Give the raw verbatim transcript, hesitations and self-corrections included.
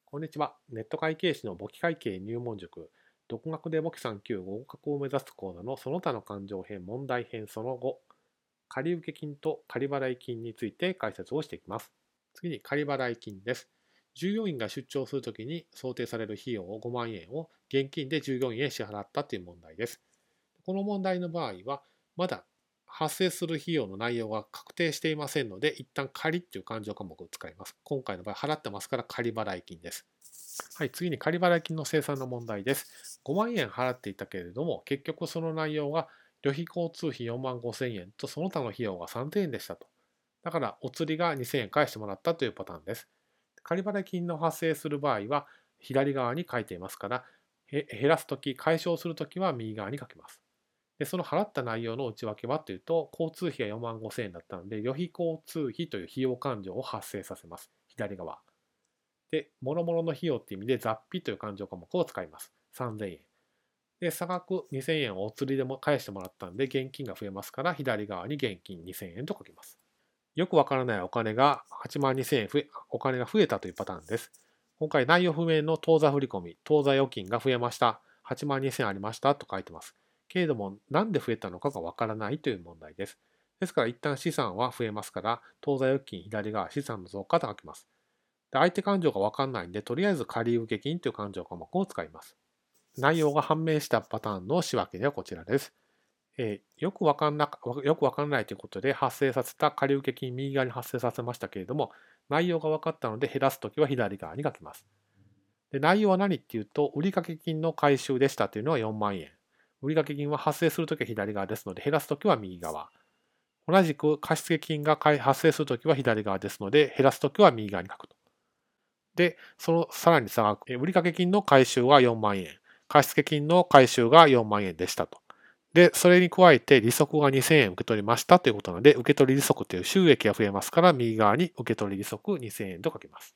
こんにちは。ネット会計士の簿記会計入門塾、独学で簿記さん級合格を目指す講座のその他の勘定編問題編その後、借受金と仮払い金について解説をしていきます。次に仮払い金です。従業員が出張するときに想定される費用をごまんえんを現金で従業員へ支払ったという問題です。この問題の場合は、まだ発生する費用の内容が確定していませんので、一旦仮という勘定科目を使います。今回の場合、払ってますから仮払い金です。はい、次に仮払い金の精算の問題です。ごまんえん払っていたけれども、結局その内容が旅費交通費よんまんごせんえんとその他の費用がさんぜんえんでしたと。だからお釣りがにせんえん返してもらったというパターンです。仮払い金の発生する場合は左側に書いていますから、減らすとき、解消するときは右側に書きます。で、その払った内容の内訳はというと、交通費がよんまんごせんえんだったので、旅費交通費という費用勘定を発生させます。左側。で、諸々の費用っていう意味で雑費という勘定科目を使います。さんぜんえん。で、差額にせんえんをお釣りでも返してもらったんで、現金が増えますから、左側に現金にせんえんと書きます。よくわからないお金がはちまんにせんえん増え、お金が増えたというパターンです。今回内容不明の当座振込、当座預金が増えました。はちまんにせんえんありましたと書いてます。けれども、なんで増えたのかがわからないという問題です。ですから一旦資産は増えますから、当座預金左側資産の増加と書きます。で相手勘定がわかんないんで、とりあえず借受金という勘定科目を使います。内容が判明したパターンの仕分けではこちらです。えーよくわかんなか、よくわかんないということで発生させた借受金右側に発生させましたけれども、内容が分かったので減らすときは左側に書きます。で内容は何っていうと、売掛金の回収でしたというのはよんまんえん。売掛金は発生するときは左側ですので、減らすときは右側。同じく貸付金が発生するときは左側ですので、減らすときは右側に書くと。で、そのさらに差額、売掛金の回収はよんまんえん、貸付金の回収がよんまんえんでしたと。で、それに加えて利息がにせんえん受け取りましたということなので、受け取り利息という収益が増えますから、右側に受け取り利息にせんえんと書きます。